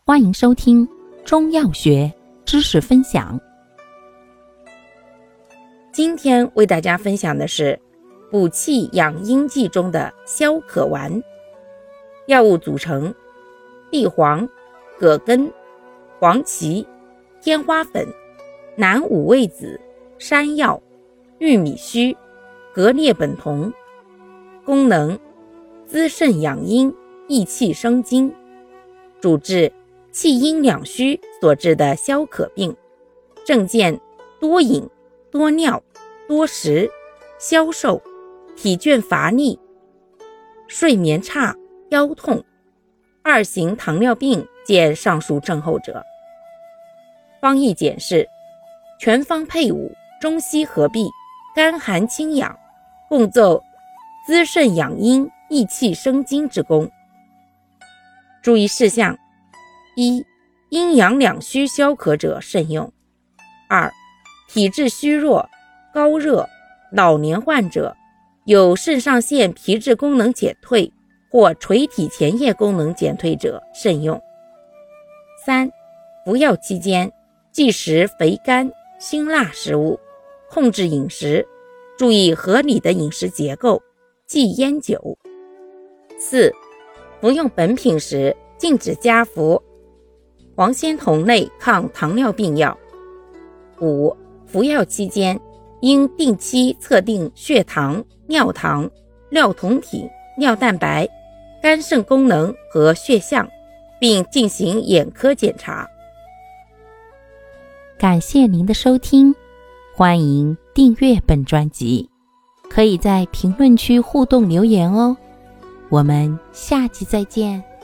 欢迎收听中药学知识分享。 今天为大家分享的是补气养阴剂中的消渴丸。药物组成：地黄、葛根、黄芪、天花粉、南五味子、山药、玉米须、格列本酮。功能：滋肾养阴，益气生津。主治气阴两虚所致的消渴病，症见多饮、多尿、多食、消瘦、体倦乏力、睡眠差、腰痛。二型糖尿病见上述症候者。方义简释：全方配伍，中西合璧，甘寒清养，共奏滋肾养阴、益气生津之功。注意事项：一、阴阳两虚消渴者慎用。二、体质虚弱、高热、老年患者，有肾上腺皮质功能减退或垂体前叶功能减退者慎用。三、服药期间忌食肥甘、辛辣食物，控制饮食，注意合理的饮食结构，忌烟酒。四、服用本品时禁止加服黄仙酮类抗糖尿病药。五、服药期间应定期测定血糖、尿糖、尿酮体、尿蛋白、肝肾功能和血象，并进行眼科检查。 感谢您的收听，欢迎订阅本专辑，可以在评论区互动留言哦。我们下期再见。